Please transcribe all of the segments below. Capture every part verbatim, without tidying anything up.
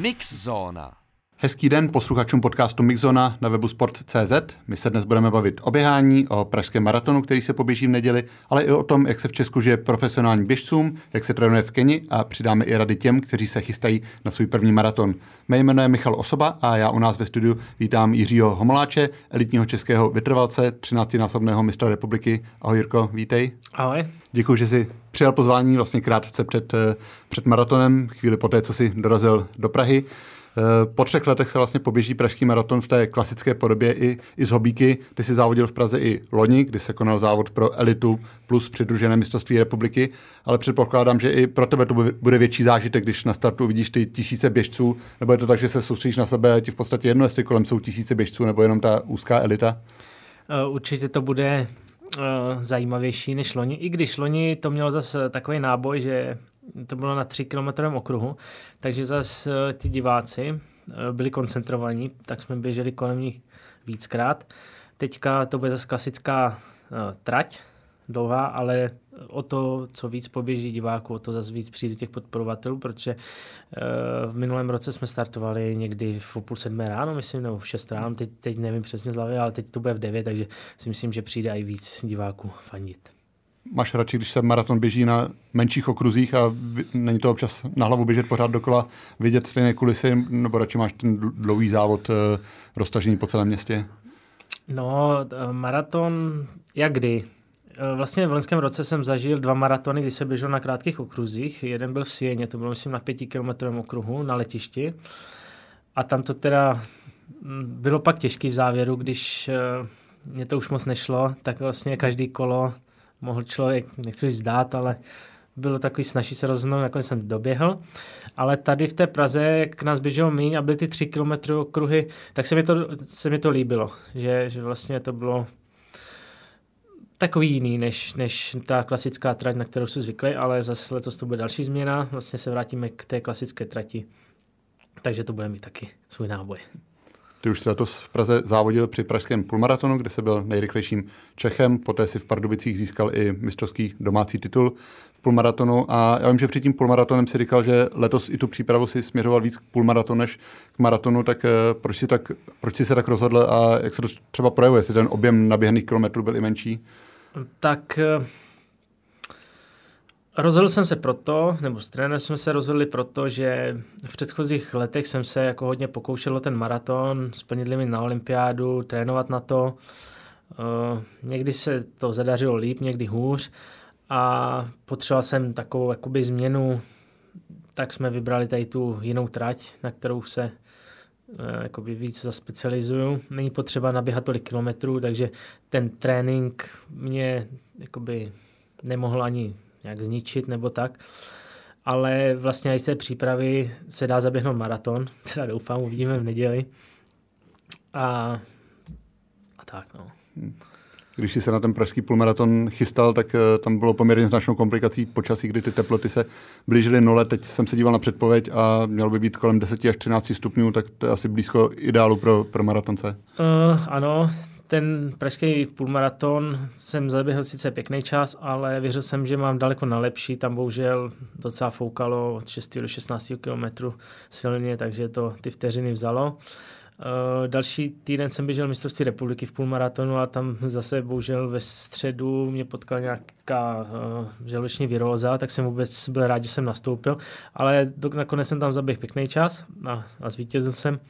Mixzóna. Hezký den posluchačům podcastu Mixzóna na webu sport tečka cé zet. My se dnes budeme bavit o běhání, o pražském maratonu, který se poběží v neděli, ale i o tom, jak se v Česku žije profesionálním běžcům, jak se trénuje v Keni a přidáme i rady těm, kteří se chystají na svůj první maraton. Mé jméno je Michal Osoba a já u nás ve studiu vítám Jiřího Homoláče, elitního českého vytrvalce, třináctinásobného mistra republiky. Ahoj Jirko, vítej. Ahoj. Děkuji, že jsi přijal pozvání vlastně krátce před, před maratonem, chvíli poté, co jsi dorazil do Prahy. Po třech letech se vlastně poběží pražský maraton v té klasické podobě i, i z hobíky. Ty jsi závodil v Praze i loni, kdy se konal závod pro elitu plus přidružené mistrovství republiky, ale předpokládám, že i pro tebe to bude větší zážitek, když na startu vidíš ty tisíce běžců, nebo je to tak, že se soustředíš na sebe a ti v podstatě jedno, jestli kolem jsou tisíce běžců, nebo jenom ta úzká elita? Určitě to bude uh, zajímavější než loni, i když loni to mělo zase takový náboj, že to bylo na tři kilometrovém okruhu, takže zase uh, ti diváci uh, byli koncentrovaní, tak jsme běželi kolem nich víckrát. Teďka to bude zase klasická uh, trať, dlouhá, ale o to, co víc poběží diváků, o to zase víc přijde těch podporovatelů, protože uh, v minulém roce jsme startovali někdy v půl sedmé ráno, myslím, nebo v šest ráno, teď, teď nevím přesně z hlavy, ale teď to bude v devět, takže si myslím, že přijde i víc diváků fandit. Máš radši, když se maraton běží na menších okruzích a není to občas na hlavu běžet pořád dokola, vidět stejné kulisy, nebo radši máš ten dlouhý závod roztažený po celém městě? No, maraton, jak kdy? Vlastně v loňském roce jsem zažil dva maratony, kdy se běžel na krátkých okruzích. Jeden byl v Sieně, to bylo myslím na pětikilometrovém okruhu na letišti. A tam to teda bylo pak těžký v závěru, když mě to už moc nešlo, tak vlastně každý kolo mohl člověk, nechci zdát, ale bylo takový snaží se rozhodnout, jako jsem doběhl. Ale tady v té Praze, jak nás běželo míň a byly ty tři kilometry okruhy, tak se mi to, se mi to líbilo, že, že vlastně to bylo takový jiný, než, než ta klasická trať, na kterou jsou zvyklí, ale zase letos to bude další změna, vlastně se vrátíme k té klasické trati, takže to bude mít taky svůj náboj. Ty už letos v Praze závodil při pražském půlmaratonu, kde se byl nejrychlejším Čechem, poté si v Pardubicích získal i mistrovský domácí titul v půlmaratonu a já vím, že před tím půlmaratonem si říkal, že letos i tu přípravu si směřoval víc k půlmaratonu než k maratonu, tak proč si, tak, proč si se tak rozhodl a jak se to třeba projevuje, jestli ten objem naběhaných kilometrů byl i menší? Tak rozhodl jsem se proto, nebo s trenérem jsme se rozhodli proto, že v předchozích letech jsem se jako hodně pokoušel o ten maraton, splnit limit na olympiádu, trénovat na to. Uh, někdy se to zadařilo líp, někdy hůř a potřeboval jsem takovou jakoby změnu, tak jsme vybrali tady tu jinou trať, na kterou se uh, jakoby víc zaspecializuju. Není potřeba naběhat tolik kilometrů, takže ten trénink mě jakoby nemohl ani nějak zničit nebo tak, ale vlastně i z té přípravy se dá zaběhnout maraton, teda doufám, uvidíme v neděli a, a tak no. Když jsi se na ten pražský půlmaraton chystal, tak uh, tam bylo poměrně značnou komplikací počasí, kdy ty teploty se blížily nule, teď jsem se díval na předpověď a mělo by být kolem deset až třináct stupňů, tak to je asi blízko ideálu pro, pro maratonce. Uh, ano, ten pražský půlmaraton jsem zaběhl sice pěkný čas, ale věřil jsem, že mám daleko na lepší. Tam bohužel docela foukalo od šesti do šestnácti kilometrů silně, takže to ty vteřiny vzalo. Uh, další týden jsem běžel mistrovství republiky v půlmaratonu a tam zase bohužel ve středu mě potkala nějaká uh, žaludeční viróza, tak jsem vůbec byl rád, že jsem nastoupil, ale do, nakonec jsem tam zaběhl pěkný čas a, a zvítězil jsem.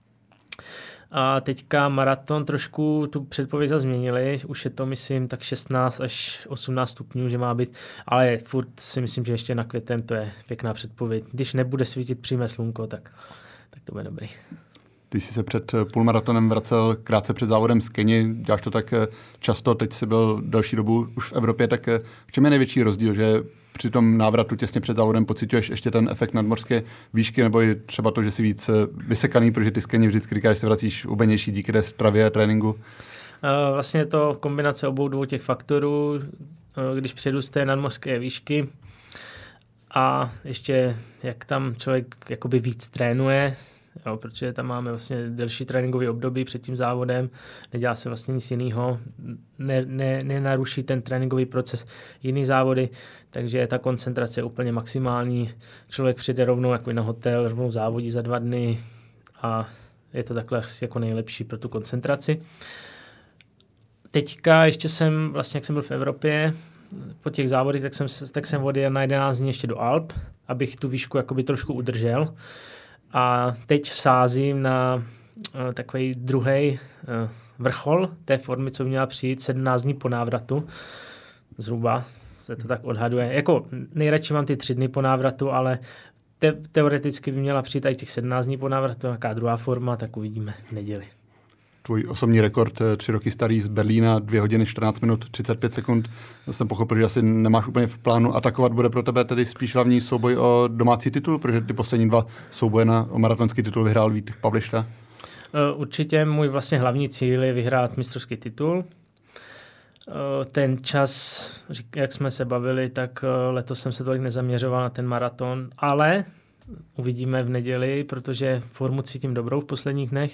A teďka maraton trošku tu předpověď změnili, už je to myslím tak šestnáct až osmnáct stupňů, že má být, ale furt si myslím, že ještě na květen to je pěkná předpověď. Když nebude svítit přímé slunko, tak, tak to bude dobrý. Když jsi se před půlmaratonem vracel krátce před závodem z Keni, děláš to tak často, teď jsi byl další dobu už v Evropě, tak v čem je největší rozdíl, že při tom návratu těsně před závodem pociťuješ ještě ten efekt nadmořské výšky, nebo i třeba to, že jsi víc vysekaný, protože ty z Keni vždycky říkáš, že se vracíš ubenější díky té stravě a tréninku? Vlastně je to kombinace obou dvou těch faktorů, když přijedu z té nadmořské výšky a ještě jak tam člověk jakoby víc trénuje, jo, protože tam máme vlastně delší tréninkový období před tím závodem, nedělá se vlastně nic jiného, ne, ne, nenaruší ten tréninkový proces jiný závody, takže ta koncentrace je úplně maximální. Člověk přijde rovnou jako na hotel, rovnou závodí za dva dny a je to takhle jako nejlepší pro tu koncentraci. Teďka ještě jsem, vlastně jak jsem byl v Evropě, po těch závodech, tak jsem, tak jsem odjel na jedenáct dní ještě do Alp, abych tu výšku jakoby trošku udržel. A teď sázím na uh, takový druhý uh, vrchol té formy, co měla přijít sedmnáct dní po návratu. Zhruba se to tak odhaduje. Jako nejradši mám ty tři dny po návratu, ale te- teoreticky by měla přijít i těch sedmnáct dní po návratu, nějaká druhá forma, tak uvidíme v neděli. Tvůj osobní rekord, tři roky starý z Berlína, dvě hodiny čtrnáct minut třicet pět sekund. Jsem pochopil, že asi nemáš úplně v plánu atakovat. Bude pro tebe tedy spíš hlavní souboj o domácí titul, protože ty poslední dva souboje na o maratonský titul vyhrál Vít Pavlišta. Určitě můj vlastně hlavní cíl je vyhrát mistrovský titul. Ten čas, jak jsme se bavili, tak letos jsem se tolik nezaměřoval na ten maraton, ale uvidíme v neděli, protože formu cítím dobrou v posledních dnech.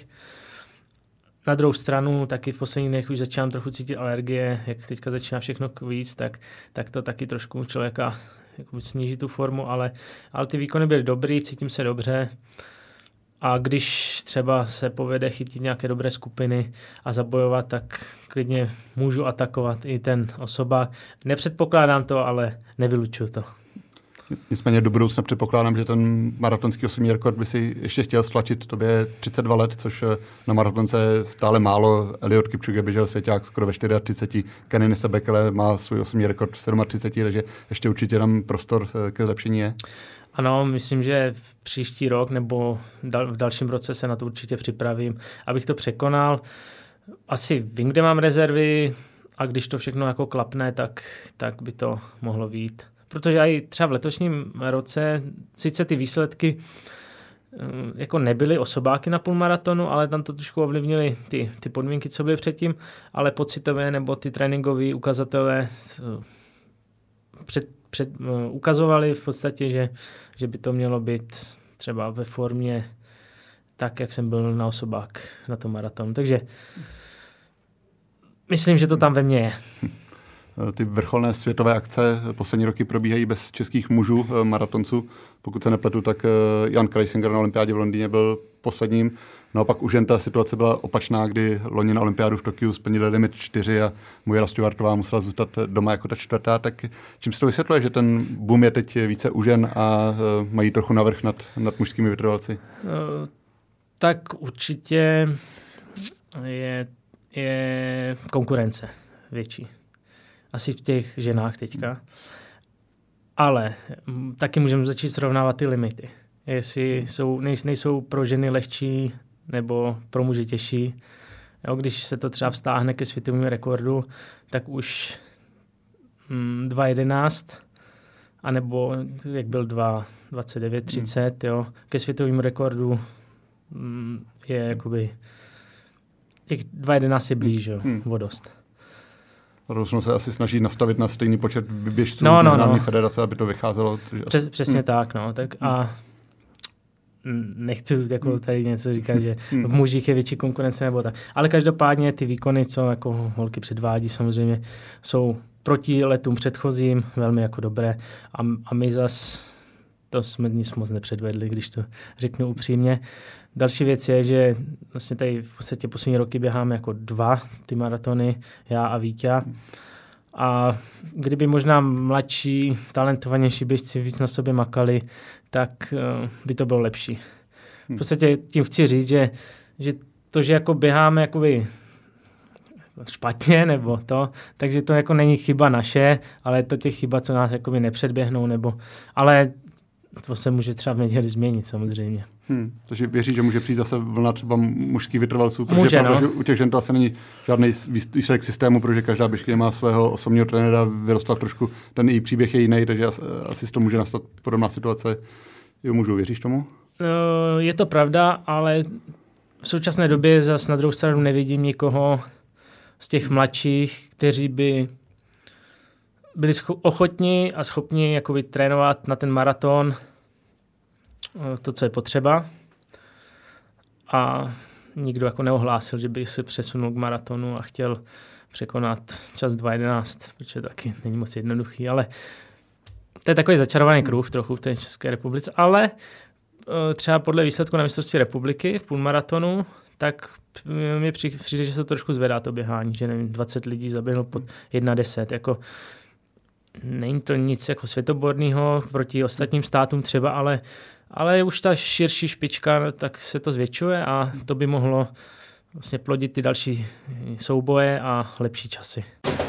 Na druhou stranu taky v posledních dnech už začínám trochu cítit alergie, jak teďka začíná všechno kvíc, tak, tak to taky trošku člověka jako sníží tu formu, ale, ale ty výkony byly dobrý, cítím se dobře a když třeba se povede chytit nějaké dobré skupiny a zabojovat, tak klidně můžu atakovat i ten osobák. Nepředpokládám to, ale nevylučuju to. Nicméně do budoucna předpokládám, že ten maratonský osobní rekord by si ještě chtěl stlačit. Tobě je třicet dva let, což na maratonce je stále málo. Eliud Kipchoge běžel svěťák skoro ve třicet čtyři. Kenny Sebekele má svůj osobní rekord třicet sedm, takže ještě určitě tam prostor ke zlepšení je. Ano, myslím, že v příští rok nebo v dalším roce se na to určitě připravím, abych to překonal. Asi vím, kde mám rezervy a když to všechno jako klapne, tak, tak by to mohlo vyjít. Protože i třeba v letošním roce sice ty výsledky jako nebyly osobáky na půlmaratonu, ale tam to trošku ovlivnily ty, ty podmínky, co byly předtím, ale pocitové nebo ty tréninkové ukazatele před, před, ukazovali v podstatě, že, že by to mělo být třeba ve formě tak, jak jsem byl na osobák na tom maratonu. Takže myslím, že to tam ve mně je. Ty vrcholné světové akce poslední roky probíhají bez českých mužů maratonců. Pokud se nepletu, tak Jan Krajsinger na olympiádě v Londýně byl posledním. Naopak u žen ta situace byla opačná, kdy loni na olympiádu v Tokiu splnili limit čtyři a Mojra Stuartová musela zůstat doma jako ta čtvrtá. Tak čím se to vysvětluje, že ten boom je teď více u žen a mají trochu navrch nad, nad mužskými vytrvalci? No, tak určitě je, je konkurence větší. Asi v těch ženách teďka. Ale m, taky můžeme začít srovnávat ty limity. Jestli jsou, nej, nejsou pro ženy lehčí nebo pro muže těžší. Jo, když se to třeba vztáhne ke světovému rekordu, tak už mm, dva jedenáct anebo jak byl dva dvacet devět třicet, jo, ke světovému rekordu mm, je jakoby těch dva jedenáct je blíž, jo, hmm. o dost. Rozhodně se asi snaží nastavit na stejný počet běžců no, no, mezinárodní no. federace, aby to vycházelo. Přes, přesně hmm. tak, no. Tak a nechci jako tady něco říkat, že v mužích je větší konkurence nebo tak. Ale každopádně ty výkony, co jako holky předvádí, samozřejmě jsou proti letům předchozím velmi jako dobré. A, a my zas to jsme nic moc nepředvedli, když to řeknu upřímně. Další věc je, že vlastně tady v podstatě poslední roky běháme jako dva ty maratony, já a Víťa. A kdyby možná mladší, talentovanější běžci víc na sobě makali, tak uh, by to bylo lepší. V podstatě tím chci říct, že, že to, že jako běháme jakoby špatně nebo to, takže to jako není chyba naše, ale je to těch chyba, co nás jakoby nepředběhnou, nebo, ale to se může třeba v neděli změnit samozřejmě. Hmm, takže věří, že může přijít zase vlna třeba mužských vytrvalců, protože může, pravda, no. že u těch žen to asi není žádný výsledek systému, protože každá běžkyně má svého osobního trenéra, vyrostla trošku, ten její příběh je jiný, takže asi z toho může nastat podobná situace i u mužů. Věříš tomu? Je to pravda, ale v současné době zase na druhou stranu nevidím nikoho z těch mladších, kteří by byli scho- ochotní a schopni jakoby trénovat na ten maraton to, co je potřeba. a nikdo jako neohlásil, že by se přesunul k maratonu a chtěl překonat čas dva jedenáct, protože taky není moc jednoduchý, ale to je takový začarovaný kruh trochu v té České republice, ale třeba podle výsledku na mistrovství republiky v půlmaratonu, tak mi přijde, že se to trošku zvedá to běhání, že nevím, dvacet lidí zaběhlo pod jedna deset, jako není to nic jako světoborného proti ostatním státům třeba, ale, ale už ta širší špička, tak se to zvětšuje a to by mohlo vlastně plodit ty další souboje a lepší časy.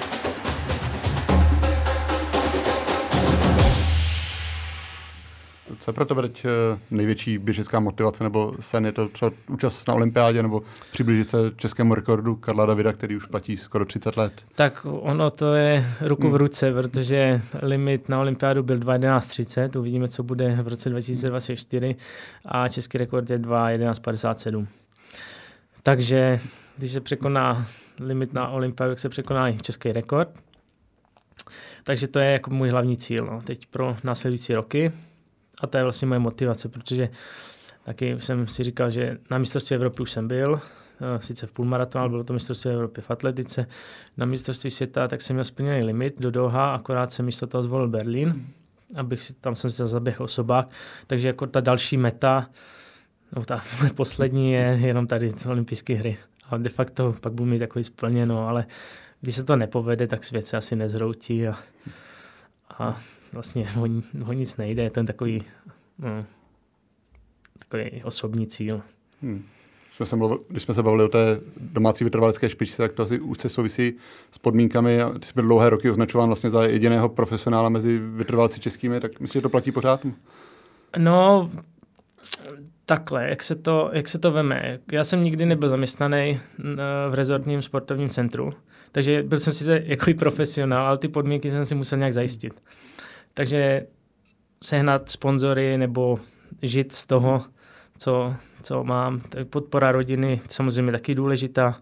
Co je pro tebe teď největší běžecká motivace nebo sen? Je to třeba účast na olympiádě nebo přiblížit se českému rekordu Karla Davida, který už platí skoro třicet let? Tak ono to je ruku v ruce, hmm. protože limit na olympiádu byl dva jedenáct třicet, uvidíme, co bude v roce dva tisíce dvacet čtyři a český rekord je dva jedenáct padesát sedm. Takže když se překoná limit na olympiádu, tak se překoná i český rekord. Takže to je jako můj hlavní cíl no, teď pro následující roky. A to je vlastně moje motivace, protože taky jsem si říkal, že na mistrovství Evropy už jsem byl, sice v půlmaratonu, ale bylo to mistrovství Evropy v atletice. Na mistrovství světa tak jsem měl splněný limit do Doha, akorát jsem místo toho zvolil Berlín, abych si, tam jsem si zaběhl osobák. Takže jako ta další meta, no ta poslední je jenom tady olympijské hry. A de facto pak budu mít takový splněno, ale když se to nepovede, tak svět se asi nezhroutí a, a vlastně o, o nic nejde, je to takový, no, takový osobní cíl. Hmm. Když, jsme mluvili, když jsme se bavili o té domácí vytrvalecké špičce, tak to asi úzce souvisí s podmínkami. Ty jsi byl dlouhé roky označován vlastně za jediného profesionála mezi vytrvalci českými, tak myslíš, že to platí pořád? No, takhle, jak se to, jak se to veme. Já jsem nikdy nebyl zaměstnaný v rezortním sportovním centru, takže byl jsem sice jako profesionál, ale ty podmínky jsem si musel nějak zajistit. Takže sehnat sponzory nebo žít z toho, co, co mám. Tak podpora rodiny samozřejmě taky důležitá,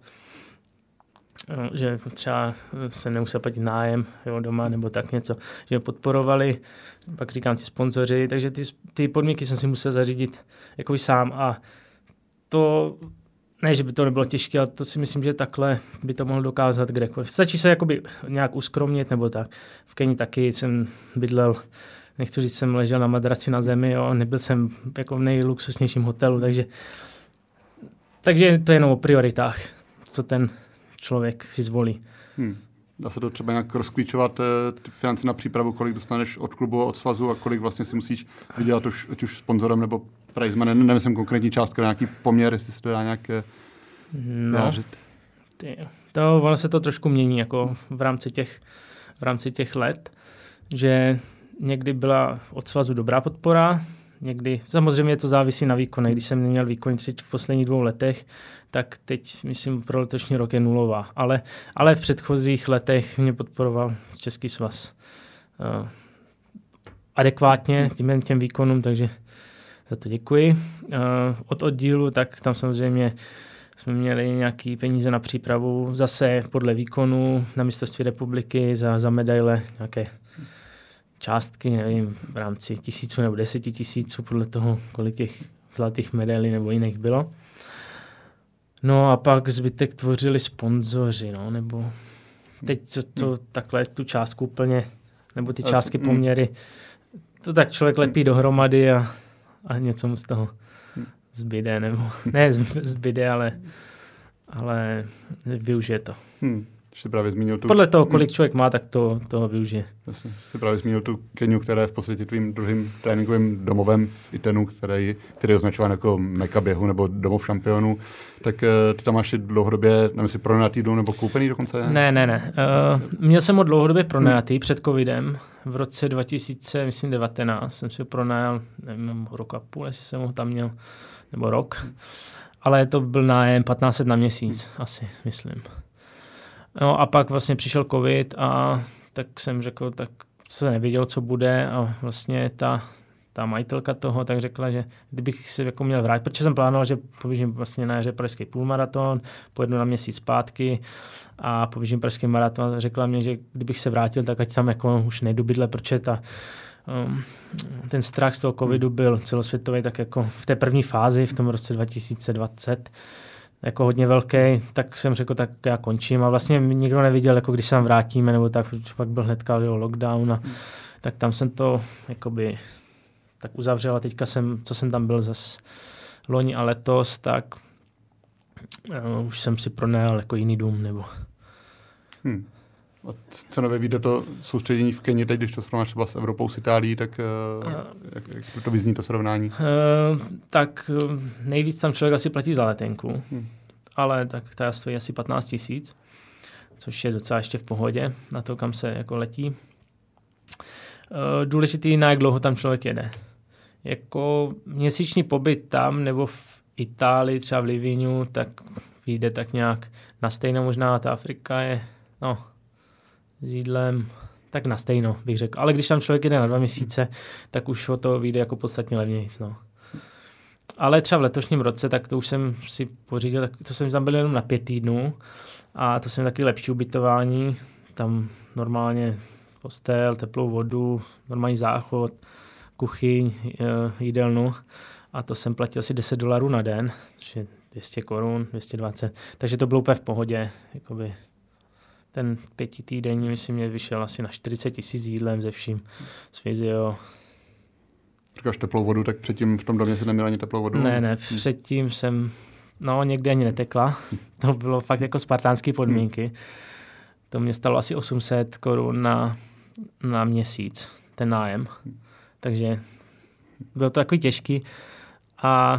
že třeba se nemusel platit nájem jo, doma nebo tak něco, že podporovali, pak říkám ti sponzoři, takže ty, ty podmínky jsem si musel zařídit jako sám a to, ne, že by to nebylo těžké, ale to si myslím, že takhle by to mohl dokázat kdekoliv. Stačí se jakoby nějak uskromnit nebo tak. V Keni taky jsem bydlel, nechci říct, jsem ležel na madraci na zemi, jo, nebyl jsem jako v nejluxusnějším hotelu, takže, takže to je jenom o prioritách, co ten člověk si zvolí. Hmm. Dá se to třeba nějak rozklíčovat ty finance na přípravu, kolik dostaneš od klubu, od svazu a kolik vlastně si musíš vydělat už, ať už sponzorem nebo prizemanem, nemyslím konkrétní částku, nějaký poměr, jestli se to dá nějak vyjádřit. No, to, ono se to trošku mění jako v rámci těch, v rámci těch let, že někdy byla od svazu dobrá podpora, někdy, samozřejmě to závisí na výkonu. Když jsem neměl výkon v posledních dvou letech, tak teď, myslím, pro letošní rok je nulová. Ale, ale v předchozích letech mě podporoval Český svaz uh, adekvátně tím, těm výkonům, takže za to děkuji. Uh, od oddílu, tak tam samozřejmě jsme měli nějaké peníze na přípravu, zase podle výkonu na mistrovství republiky za, za medaile, nějaké částky, nevím, v rámci tisíců nebo deseti tisíců, podle toho, kolik těch zlatých medailí nebo jiných bylo. No a pak zbytek tvořili sponzoři, no, nebo teď to, to takhle tu částku úplně, nebo ty částky poměry, to tak člověk lepí dohromady a, a něco mu z toho zbyde, nebo ne zbyde, ale, ale využije to. Hmm. Jsi právě zmínil tu... Podle toho, kolik člověk má, tak to, to využije. Jasně. Jsi právě zmínil tu Keniu, která je v podstatě tvým druhým tréninkovým domovem v Itenu, který, který je označován jako meka běhu nebo domov šampionů. Tak ty tam máš dlouhodobě, nevím, si pronajatý dům nebo koupený dokonce? Ne, ne, ne. Uh, měl jsem ho dlouhodobě pronajatý hmm. před covidem. V roce dva tisíce devatenáct jsem si ho pronajal, nevím, rok a půl, jestli jsem ho tam měl, nebo rok. Ale to byl nájem patnáct set na měsíc, hmm. asi, myslím. No a pak vlastně přišel covid a tak jsem řekl, tak se nevěděl, co bude a vlastně ta, ta majitelka toho tak řekla, že kdybych se jako měl vrátit, protože jsem plánoval, že poběžím vlastně na jaře pražský půlmaraton, pojedu na měsíc zpátky a poběžím pražský maraton, řekla mě, že kdybych se vrátil, tak ať tam jako už nejdu bydle, protože ta um, ten strach z toho covidu byl celosvětový, tak jako v té první fázi, v tom roce dva tisíce dvacet, jako hodně velký, tak jsem řekl, tak já končím. A vlastně nikdo neviděl, jako když se tam vrátíme, nebo tak, pak byl hnedka lockdown a hmm. tak tam jsem to jakoby tak uzavřel a teďka jsem, co jsem tam byl zas loni a letos, tak uh, už jsem si pronajal jako jiný dům, nebo... Hmm. A cenově vyjde to soustředění v Keni teď, když to srovnáš třeba s Evropou, s Itálií, tak uh, jak, jak to vyzní to srovnání? Uh, tak nejvíc tam člověk asi platí za letenku, hmm. ale tak ta stojí asi patnáct tisíc, což je docela ještě v pohodě na to, kam se jako letí. Uh, důležitý, na jak dlouho tam člověk jede. Jako měsíční pobyt tam nebo v Itálii, třeba v Livíňu, tak vyjde tak nějak na stejno, možná ta Afrika je, no, s jídlem, tak na stejno, bych řekl. Ale když tam člověk jede na dva měsíce, tak už o to vyjde jako podstatně levnějc, no. Ale třeba v letošním roce, tak to už jsem si pořídil, tak to jsem tam byl jenom na pět týdnů a to jsem taky lepší ubytování, tam normálně postel, teplou vodu, normální záchod, kuchyň, jídelnu a to jsem platil asi deset dolarů na den, což je dvě stě korun, dvě stě dvacet, takže to bylo úplně v pohodě, jakoby ten pětitýdenní, myslím, mě vyšel asi na čtyřicet tisíc jídlem ze vším, s fyzio. Říkáš teplou vodu, tak předtím v tom domě jsi neměl ani teplou vodu? Ne, ne, předtím jsem, no někdy ani netekla, to bylo fakt jako spartánské podmínky. To mě stalo asi osm set korun na, na měsíc, ten nájem. Takže bylo to takový těžký a,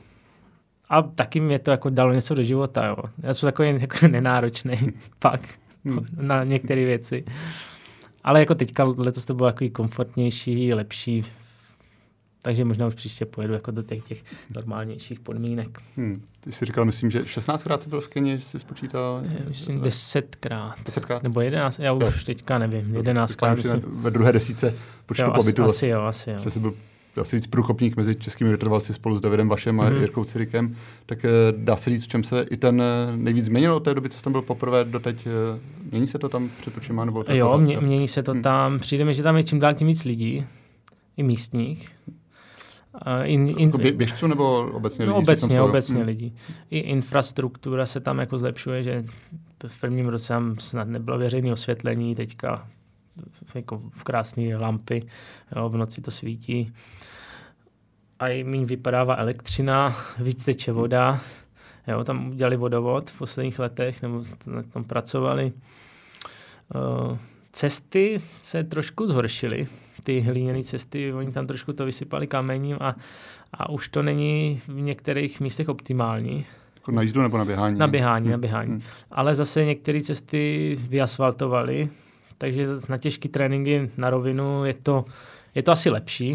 a taky mě to jako dalo něco do života. Jo. Já jsem takový jako nenáročný pak na některé věci. Ale jako teďka letos to bylo takový komfortnější, lepší. Takže možná už příště pojedu jako do těch, těch normálnějších podmínek. Hmm. Ty jsi říkal, myslím, že šestnáctkrát jsi byl v Keni, že jsi spočítal? Myslím desetkrát. Desetkrát? Nebo jedenáct, já už jo. teďka nevím, jedenáctkrát. Myslím... Ve druhé desíce počtu jo, pobytu. Asi, asi jo, asi jo. Jsi byl, dá se říct, průkopník mezi českými vytrvalci spolu s Davidem Vašem a mm-hmm. Jirkou Cirikem. Tak dá se říct, v čem se i ten nejvíc změnilo od té doby, co jsi tam byl poprvé doteď? Mění se to tam před očima? Nebo jo, to, mě, mění se to hmm. tam. Přijde mi, že tam je čím dál tím víc lidí, i místních. Uh, in, in, jako bě, běžců nebo obecně no, lidí? Obecně, obecně hmm. lidí. I infrastruktura se tam jako zlepšuje, že v prvním roce tam snad nebylo veřejné osvětlení, teďka jako krásné lampy, jo, v noci to svítí. A i méně vypadává elektřina, víc teče voda. Jo, tam udělali vodovod v posledních letech, nebo na tom pracovali. Uh, cesty se trošku zhoršily. Ty hlíněné cesty, oni tam trošku to vysypali kamením a, a už to není v některých místech optimální. Jako na jízdu nebo na běhání? Na běhání, hmm. na běhání. Hmm. Ale zase některé cesty vyasfaltovali, takže na těžké tréninky na rovinu je to, je to asi lepší.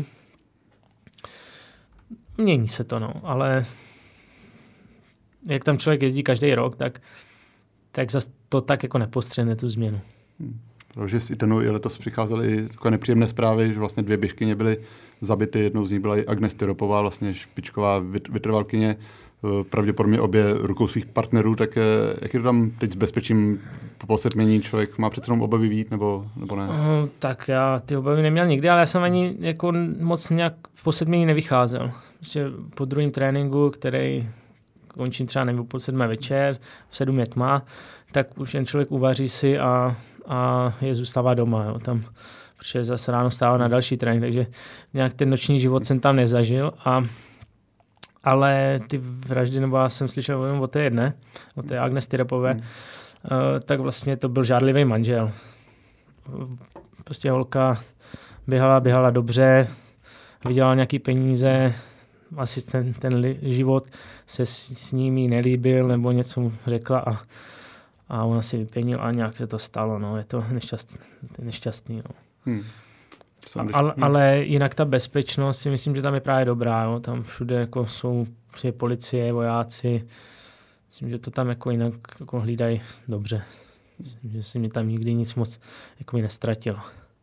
Mění se to, no, ale jak tam člověk jezdí každý rok, tak, tak zase to tak jako nepostřehne tu změnu. Hmm. Protože z Itanu i letos přicházely takové nepříjemné zprávy, že vlastně dvě běžkyně byly zabity. Jednou z nich byla i Agnes Tyropová, vlastně špičková vytrvalkyně, pravděpodobně obě rukou svých partnerů. Tak jak je to tam teď s bezpečím po setmění? Člověk má přece jenom obavy vít, nebo, nebo ne? Uh, tak já ty obavy neměl nikdy, ale já jsem ani jako moc nějak po setmění nevycházel. Prostě po druhém tréninku, který končím třeba nevím, po sedmé večer, v sedm je tma, tak už jen člověk uvaří si a a je zůstává doma, jo, tam, protože zase ráno stává na další trénink, takže nějak ten noční život jsem tam nezažil, a, ale ty vraždy, nebo já jsem slyšel jenom o té jedné, o té Agnes Tyropové, hmm. uh, tak vlastně to byl žádlivý manžel. Prostě holka běhala, běhala dobře, vydělala nějaký peníze, asi ten, ten li, život se s, s ním nelíbil, nebo něco mu řekla a A ona si vypenil a nějak se to stalo, no. Je to nešťastný. nešťastný no. hmm. ale, ale jinak ta bezpečnost si myslím, že tam je právě dobrá. Jo. Tam všude jako jsou policie, vojáci. Myslím, že to tam jako jinak jako hlídají dobře. Myslím, že si mi tam nikdy nic moc jako mi nestratilo.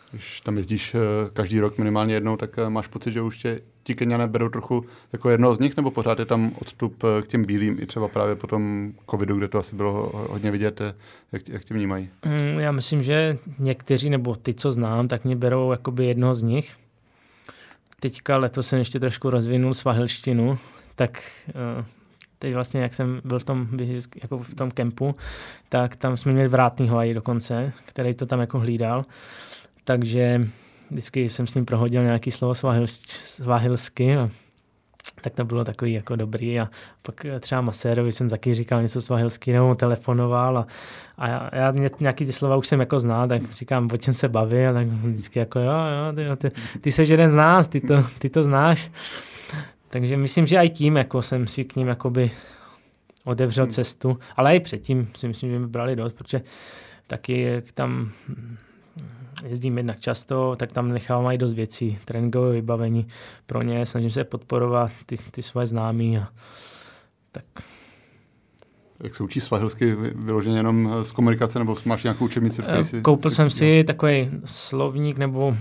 Když tam jezdíš každý rok minimálně jednou, tak máš pocit, že už tě ti Keňané berou trochu jako jednoho z nich, nebo pořád je tam odstup k těm bílým i třeba právě po tom covidu, kde to asi bylo hodně vidět, jak, jak tě vnímají? Já myslím, že někteří, nebo ty, co znám, tak mě berou jakoby jednoho z nich. Teďka letos jsem ještě trošku rozvinul svahilštinu, tak teď vlastně, jak jsem byl v tom, jako v tom kempu, tak tam jsme měli vrátnýho aj dokonce, který to tam jako hlídal. Takže vždycky jsem s ním prohodil nějaký slovo svahilsky, a tak to bylo takový jako dobrý. A pak třeba masérovi jsem taky říkal něco svahilsky, nebo mu telefonoval a, a já, já nějaký ty slova už jsem jako znal, tak říkám, o čem se baví, a tak vždycky jako jo, jo, ty, ty, ty jsi jeden z nás, ty to, ty to znáš. Takže myslím, že i tím jako jsem si k ním jakoby otevřel hmm. cestu, ale i předtím si myslím, že mi brali dost, protože taky jak tam jezdím jednak často, tak tam nechávám i dost věcí, tréninkové vybavení pro ně, snažím se podporovat ty, ty svoje známí a tak. Jak se učí svahilsky vyloženě jenom z komunikace, nebo máš nějakou učebnici? Si, Koupil si, jsem si jo. takový slovník, nebo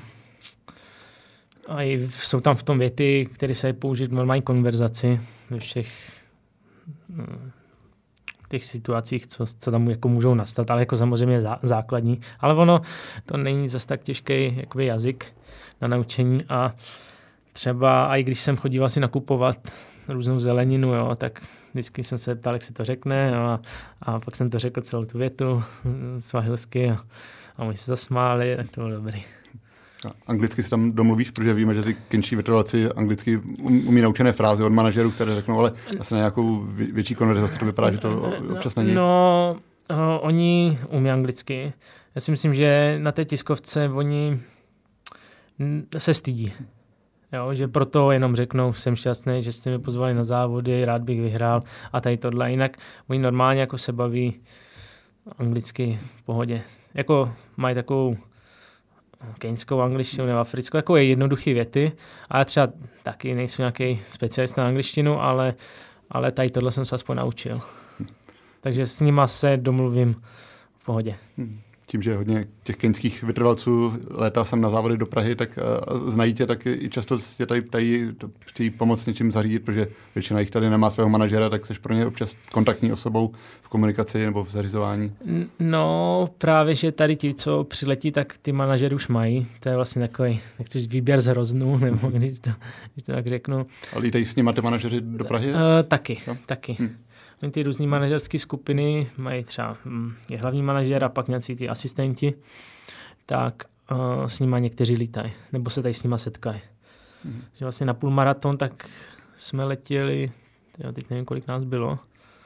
a jsou tam v tom věty, které se použít v normální konverzaci ve všech no, těch situacích, co, co tam jako můžou nastat, ale jako samozřejmě zá, základní. Ale ono, to není zase tak těžký jakoby jazyk na naučení a třeba i když jsem chodil si nakupovat různou zeleninu, jo, tak vždycky jsem se ptal, jak se to řekne, jo, a, a pak jsem to řekl celou tu větu svahilsky a, a oni se zasmáli, tak to bylo dobrý. A anglicky si tam domluvíš, protože víme, že ty kenčí vytrvalci anglicky umí naučené fráze od manažerů, které řeknou, ale asi na nějakou větší konverzaci to vypadá, že to občas není. No, no oni umí anglicky. Já si myslím, že na té tiskovce oni se stydí. Jo, že proto jenom řeknou, jsem šťastný, že jste mě pozvali na závody, rád bych vyhrál a tady tohle. Jinak oni normálně jako se baví anglicky v pohodě. Jako mají takovou keňskou angličtinu nebo africkou, jako je jednoduché věty, ale třeba taky nejsem nějaký specialista na angličtinu, ale, ale tady tohle jsem se aspoň naučil. Takže s nima se domluvím v pohodě. Tím, že hodně těch keňských vytrvalců létá sem na závody do Prahy, tak uh, znají tě, tak i často tě tady ptají, chtějí pomoct něčím zařídit, protože většina jich tady nemá svého manažera, tak jsi pro ně občas kontaktní osobou v komunikaci nebo v zařizování. No právě, že tady ti, co přiletí, tak ty manažery už mají. To je vlastně takový, nechci říct, výběr z hroznů, nebo když to, když to tak řeknu. Ale lítají s nimi ty manažery do Prahy? Uh, taky, no? taky. Hm. Oni ty různý manažerské skupiny mají třeba je hlavní manažer a pak nějací ty asistenti, tak uh, s nima někteří lítají, nebo se tady s nima setkají. Mm. Že vlastně na půlmaraton tak jsme letěli, teď nevím, kolik nás bylo,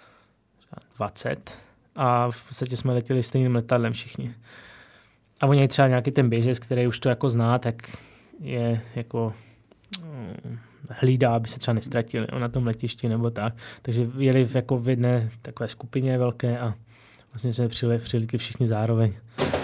dvacet, a v podstatě jsme letěli stejným letadlem všichni. A oni třeba nějaký ten běžec, který už to jako zná, tak je jako um, hlídá, aby se třeba nestratili na tom letišti nebo tak. Takže jeli v, jako v jedné takové skupině velké a vlastně jsme přijeli, přilítli všichni zároveň.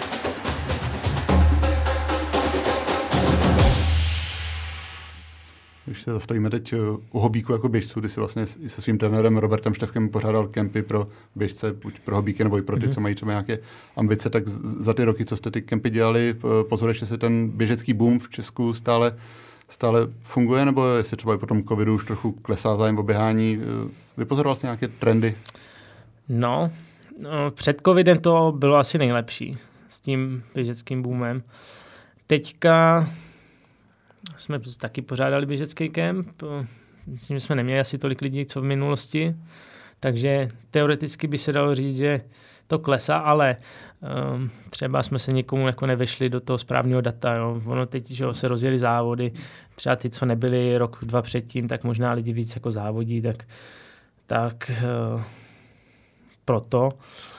Když se zastavíme teď u hobíku jako běžců, kdy jsi vlastně se svým trenérem Robertem Štefkem pořádal kempy pro běžce, buď pro hobíky nebo i pro ty, mm-hmm. co mají třeba nějaké ambice, tak za ty roky, co jste ty kempy dělali, pozoruješ, že se ten běžecký boom v Česku stále stále funguje, nebo jestli třeba i po tom covidu už trochu klesá zájem o běhání? Vypozoroval jsi nějaké trendy? No, no, před covidem to bylo asi nejlepší s tím běžeckým boomem. Teďka jsme taky pořádali běžecký kemp. Myslím, že jsme neměli asi tolik lidí, co v minulosti. Takže teoreticky by se dalo říct, že to klesá, ale um, třeba jsme se někomu jako nevešli do toho správného data. Jo. Ono teď, že se rozjeli závody, třeba ty, co nebyli rok, dva předtím, tak možná lidi víc jako závodí, tak, tak uh, proto.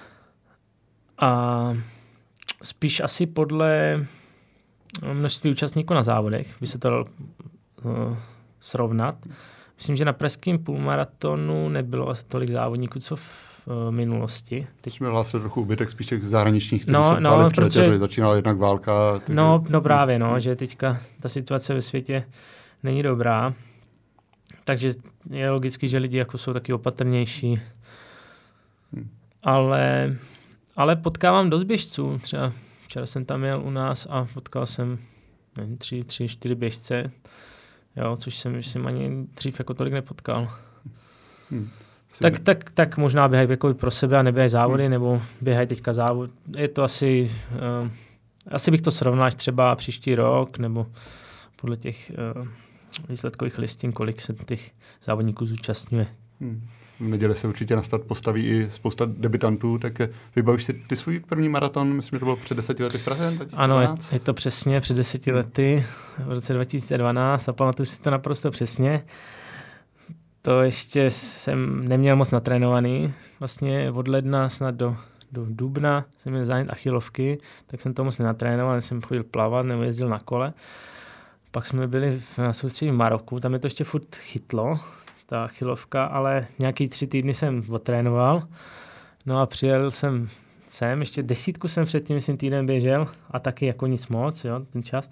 A spíš asi podle množství účastníků na závodech by se to dalo uh, srovnat. Myslím, že na pražském půlmaratonu nebylo asi tolik závodníků, co v uh, minulosti. Teď jsme hlásil trochu ubytek spíš těch zahraničních, kteří no, se no, protože začínala jednak válka. Ty... No, no právě, no, že teďka ta situace ve světě není dobrá. Takže je logicky, že lidi jako jsou taky opatrnější. Hmm. Ale, ale potkávám dost běžců. Třeba včera jsem tam jel u nás a potkal jsem nevím, tři, tři, čtyři běžce, jo, což jsem, myslím, ani dřív jako tolik nepotkal. Hmm. Tak, tak, tak možná běhají jako pro sebe a neběhají závody, hmm. nebo běhají teďka závod. Je to asi, uh, asi bych to srovnal až třeba příští rok, nebo podle těch uh, výsledkových listin, kolik se těch závodníků zúčastňuje. Hmm. V neděli se určitě na start postaví i spousta debutantů, tak vybavíš si ty svůj první maraton, myslím, že to bylo před deseti lety v Praze, dva tisíce dvanáct? Ano, je, je to přesně před deseti lety, v roce dva tisíce dvanáct a pamatuju si to naprosto přesně. To ještě jsem neměl moc natrénovaný, vlastně od ledna snad do, do dubna jsem měl zánět achilovky, tak jsem to moc nenatrénoval, jsem chodil plavat nebo jezdil na kole. Pak jsme byli na soustředí v Maroku, tam je to ještě furt chytlo, ta achilovka, ale nějaký tři týdny jsem otrénoval. No a přijel jsem sem, ještě desítku jsem předtím, myslím, týden běžel a taky jako nic moc, jo, ten čas.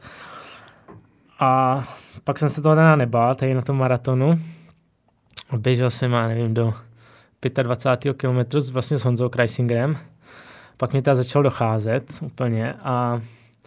A pak jsem se toho teda nebál, tady na tom maratonu. Běžel jsem, já nevím, do dvacátého pátého kilometru vlastně s Honzou Kreisingerem. Pak mi to začalo docházet úplně a,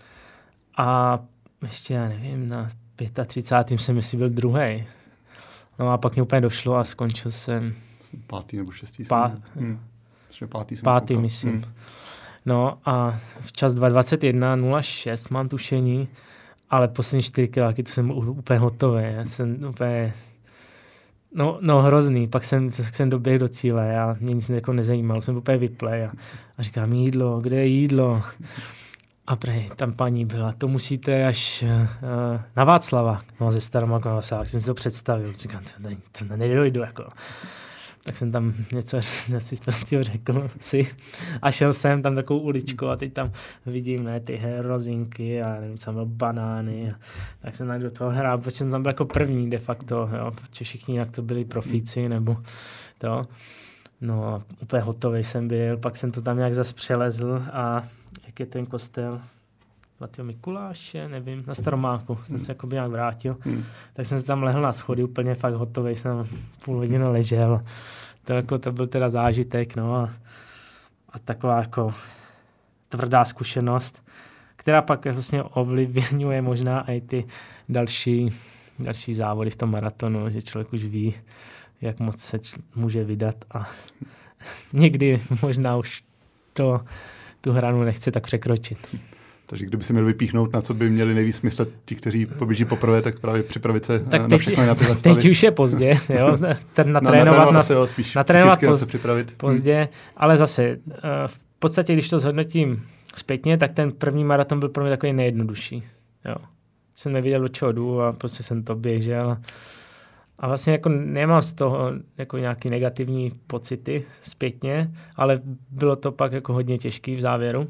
a ještě, já nevím, na třicátém pátém jsem jestli byl druhej. No a pak mi úplně došlo a skončil jsem... Pátý nebo šestý. Pá... Hmm. Pátý, pátý myslím. Hmm. No a včas dva dvacet jedna nula šest mám tušení, ale poslední čtyři kiláky to jsem úplně hotový. Já jsem úplně... No, no hrozný. Pak jsem, jsem doběhl do cíle a mě nic jako nezajímalo. Jsem úplně vyplej a, a říkám, jídlo, kde je jídlo? A prej, tam paní byla, to musíte až uh, na Václava, no ze Staromakova, jsem si to představil. Říkám, to, to, to nedojdu, jako. Tak jsem tam něco asi prostého řekl si. A šel jsem tam takovou uličkou a teď tam vidím, ne, ty rozinky a nevím, co byl banány. A tak jsem tam do toho hrál, protože jsem tam byl jako první de facto, jo, protože všichni jinak to byli profíci, nebo to. No a úplně hotový jsem byl, pak jsem to tam nějak zas přelezl a jak je ten kostel? svatého Mikuláše, nevím, na Staromáku, jsem se jako by nějak vrátil, hmm. tak jsem se tam lehl na schody, úplně fakt hotový, jsem půl hodiny ležel. To, jako, to byl teda zážitek, no a, a taková jako tvrdá zkušenost, která pak vlastně ovlivňuje možná i ty další, další závody v tom maratonu, že člověk už ví, jak moc se č- může vydat a někdy možná už to, tu hranu nechce tak překročit. Takže kdyby si měl vypíchnout, na co by měli nejvíc smyslet ti, kteří poběží poprvé, tak právě připravit se tak na teď, všechno na tyhle stavy. Teď už je pozdě, jo, ten natrénovat, no, na, se, jo, spíš natrénovat poz, se připravit. pozdě, hmm. ale zase v podstatě, když to zhodnotím zpětně, tak ten první maraton byl pro mě takový nejjednodušší. Jo. Jsem nevěděl, do čeho jdu a prostě jsem to běžel. A vlastně jako nemám z toho jako nějaký negativní pocity zpětně, ale bylo to pak jako hodně těžký v závěru.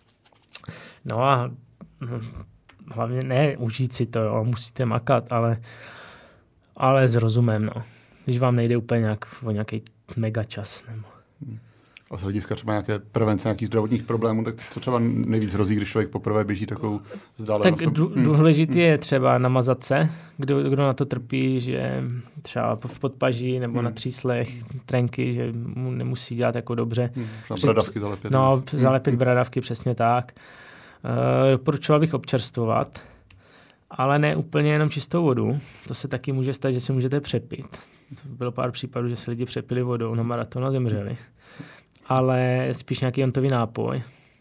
No a hlavně ne užít si to, jo, musíte makat, ale, ale s rozumem, no. Když vám nejde úplně nějak o nějaký mega čas. Nebo... A z hlediska třeba nějaké prevence nějakých zdravotních problémů, tak co třeba nejvíc hrozí, když člověk poprvé běží takovou vzdálenost? Tak d- důležitý je třeba namazat se, kdo, kdo na to trpí, že třeba v podpaží nebo hmm. na tříslech, trenky, že mu nemusí dělat jako dobře. Hmm. Při... bradavky zalepit. No, hmm. zalepit bradavky, přesně tak. Uh, doporučoval bych občerstvovat, ale ne úplně jenom čistou vodu. To se taky může stát, že si můžete přepít. Bylo pár případů, že se lidi přepili vodou na maratonu a zemřeli. Ale spíš nějaký jontový nápoj.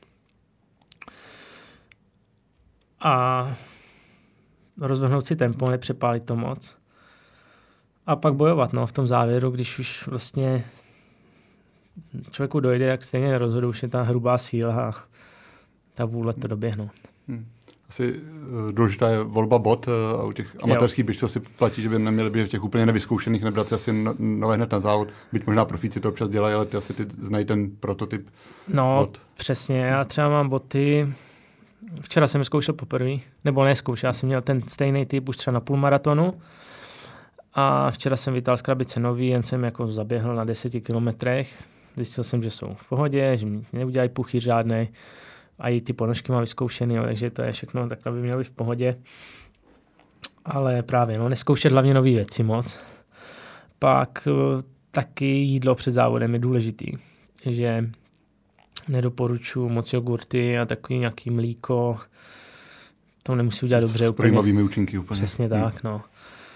A rozvrhnout si tempo, nepřepálit to moc. A pak bojovat, no, v tom závěru, když už vlastně člověku dojde, jak stejně rozhoduje, už je ta hrubá síla a ta vůle to doběhnout. Hmm. Asi uh, důležitá je volba bot uh, a u těch amatérských běžců si platí, že by neměli být v těch úplně nevyzkoušených, nebrat si asi no, nové hned na závod. Byť možná profíci to občas dělají, ale ty asi ty znají ten prototyp. No, bot. Přesně. Já třeba mám boty, včera jsem je zkoušel poprvé, nebo nezkoušel, já jsem měl ten stejný typ už třeba na půlmaratonu a včera jsem vytáhl z krabice nový, jen jsem jako zaběhl na deseti kilometrech. Zjistil jsem, že jsou v pohodě, že mi neudělají puchy žádnej. A i ty ponožky mám vyzkoušený, jo, takže to je všechno, takhle by mělo být v pohodě. Ale právě, no, neskoušet hlavně nové věci moc. Pak taky jídlo před závodem je důležitý, že nedoporučuji moc jogurty a takový nějaký mlíko. To nemusí udělat dobře. S projímavými účinky úplně. Přesně tak, hmm. no.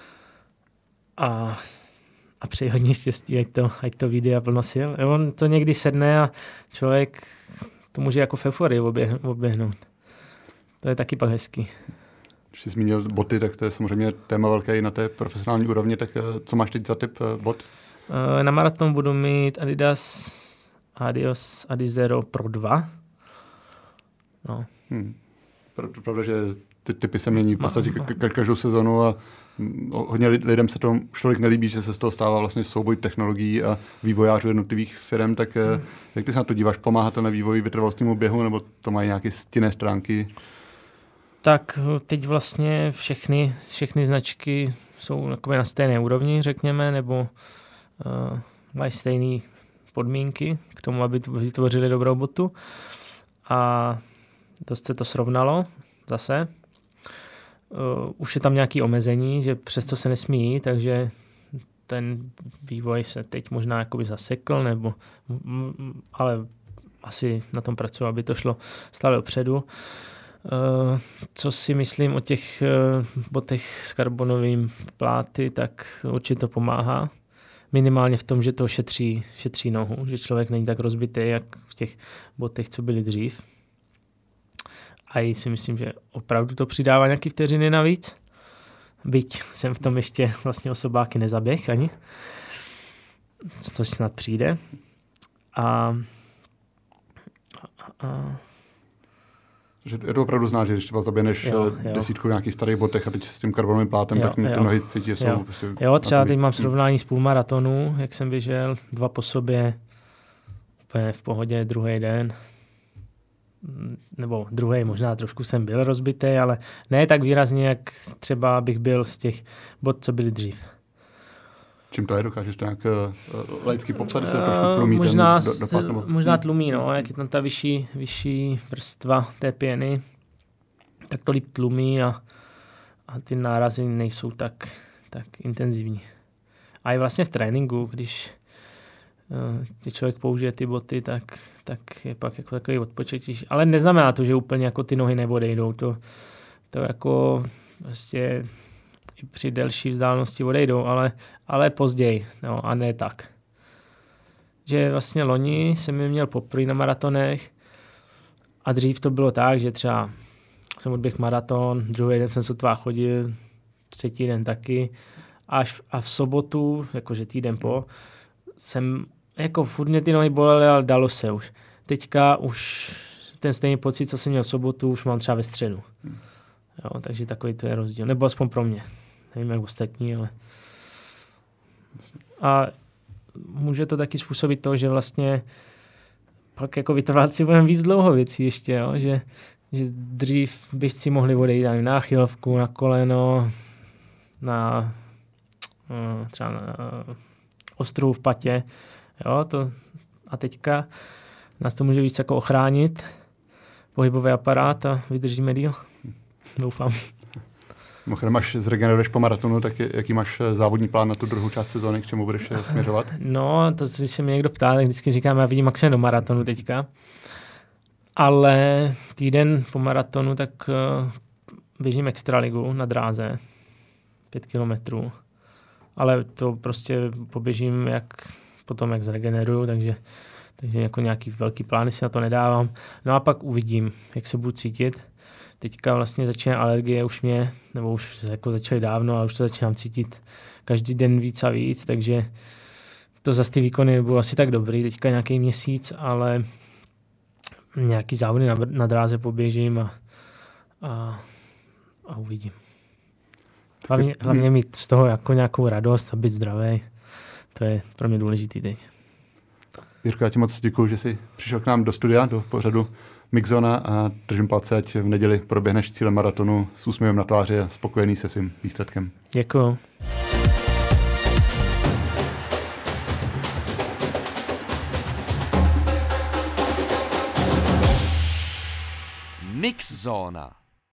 A, a přeji hodně štěstí, ať to, ať to vyjde a plno sil. On to někdy sedne a člověk to může jako v euforii oběh, oběhnout. To je taky pak hezký. Když jsi zmínil boty, tak to je samozřejmě téma velké i na té profesionální úrovni. Tak co máš teď za typ bot? Na maraton budu mít Adidas Adios Adizero Pro dva. No. Hmm. Pravda, že ty typy se mění v podstatě ka- každou sezonu a hodně lidem se to člověk nelíbí, že se z toho stává vlastně souboj technologií a vývojářů jednotlivých firm, tak hmm. jak ty se na to díváš? Pomáhá to na vývoji vytrvalostnímu běhu, nebo to mají nějaké stinné stránky? Tak teď vlastně všechny, všechny značky jsou na stejné úrovni, řekněme, nebo uh, mají stejné podmínky k tomu, aby vytvořili dobrou botu. A dost se to srovnalo zase. Uh, už je tam nějaké omezení, že přesto se nesmí jít, takže ten vývoj se teď možná jakoby zasekl, nebo, m, ale asi na tom pracuji, aby to šlo stále dopředu. Uh, co si myslím o těch uh, botech s karbonovým pláty, tak určitě to pomáhá. Minimálně v tom, že to šetří, šetří nohu, že člověk není tak rozbitý, jak v těch botech, co byly dřív. A i si myslím, že opravdu to přidává nějaký vteřiny navíc. Byť jsem v tom ještě vlastně osobáky nezaběh ani. To snad přijde. A, a, a že je to opravdu zná, že když třeba zaběhneš jo, jo. desítku v nějakých starých botech a teď s tím karbonovým plátem, jo, tak ty jo. nohy cítí, že jsou jo. prostě... Jo, třeba teď mám srovnání z půlmaratonu, jak jsem běžel, dva po sobě, úplně v pohodě, druhý den, nebo druhý, možná trošku jsem byl rozbitý, ale ne tak výrazně, jak třeba bych byl z těch bot, co byly dřív. Čím to je? Dokážeš to nějak uh, laicky popsat, se trošku tlumí možná ten do, dopad? Nebo... Možná tlumí, no, jak je tam ta vyšší, vyšší vrstva té pěny, tak to líp tlumí a, a ty nárazy nejsou tak, tak intenzivní. A i vlastně v tréninku, když uh, člověk použije ty boty, tak, tak je pak jako takový odpočetíš. Ale neznamená to, že úplně jako ty nohy neodejdou. To, to jako vlastně i při delší vzdálenosti odejdou, ale, ale později, no, a ne tak. Že vlastně loni jsem je měl poprvé na maratonech a dřív to bylo tak, že třeba jsem odběhl maraton, druhý den jsem sotva chodil, třetí den taky, až a v sobotu, jakože týden po, jsem, jako furt mě ty nohy bolely, ale dalo se už. Teďka už ten stejný pocit, co jsem měl v sobotu, už mám třeba ve středu. Jo, takže takový to je rozdíl. Nebo aspoň pro mě. Nevím, jak ostatní, ale... A může to taky způsobit to, že vlastně pak jako vytrvalci budeme víc dlouho věcí ještě, jo? Že, že dřív běžci mohli odejít na náchylovku, na koleno, na třeba na ostruhu v patě, jo? To, a teďka nás to může víc jako ochránit, pohybový aparát a vydržíme díl. Doufám. Mimochodem, až zregeneruješ po maratonu, tak jaký máš závodní plán na tu druhou část sezóny, k čemu budeš směřovat? No, to když se mě někdo ptá, tak vždycky říkám, já vidím maximálně do maratonu teďka. Ale týden po maratonu, tak uh, běžím extraligu na dráze, pět kilometrů. Ale to prostě poběžím jak potom, jak zregeneruju, takže, takže jako nějaký velký plány si na to nedávám. No a pak uvidím, jak se budu cítit. Teďka vlastně začíná alergie už mě, nebo už jako začaly dávno, ale už to začínám cítit každý den víc a víc, takže to zase ty výkony nebudou asi tak dobrý, teďka nějaký měsíc, ale nějaký závody na, na dráze poběžím a, a, a uvidím. Hlavně, hlavně mít z toho jako nějakou radost a být zdravý, to je pro mě důležitý teď. Jirko, já ti moc děkuju, že jsi přišel k nám do studia, do pořadu Mixzona a držím palce, ať v neděli proběhneš cílem maratonu s úsměvem na tváři a spokojený se svým výsledkem. Děkuju. Mixzona.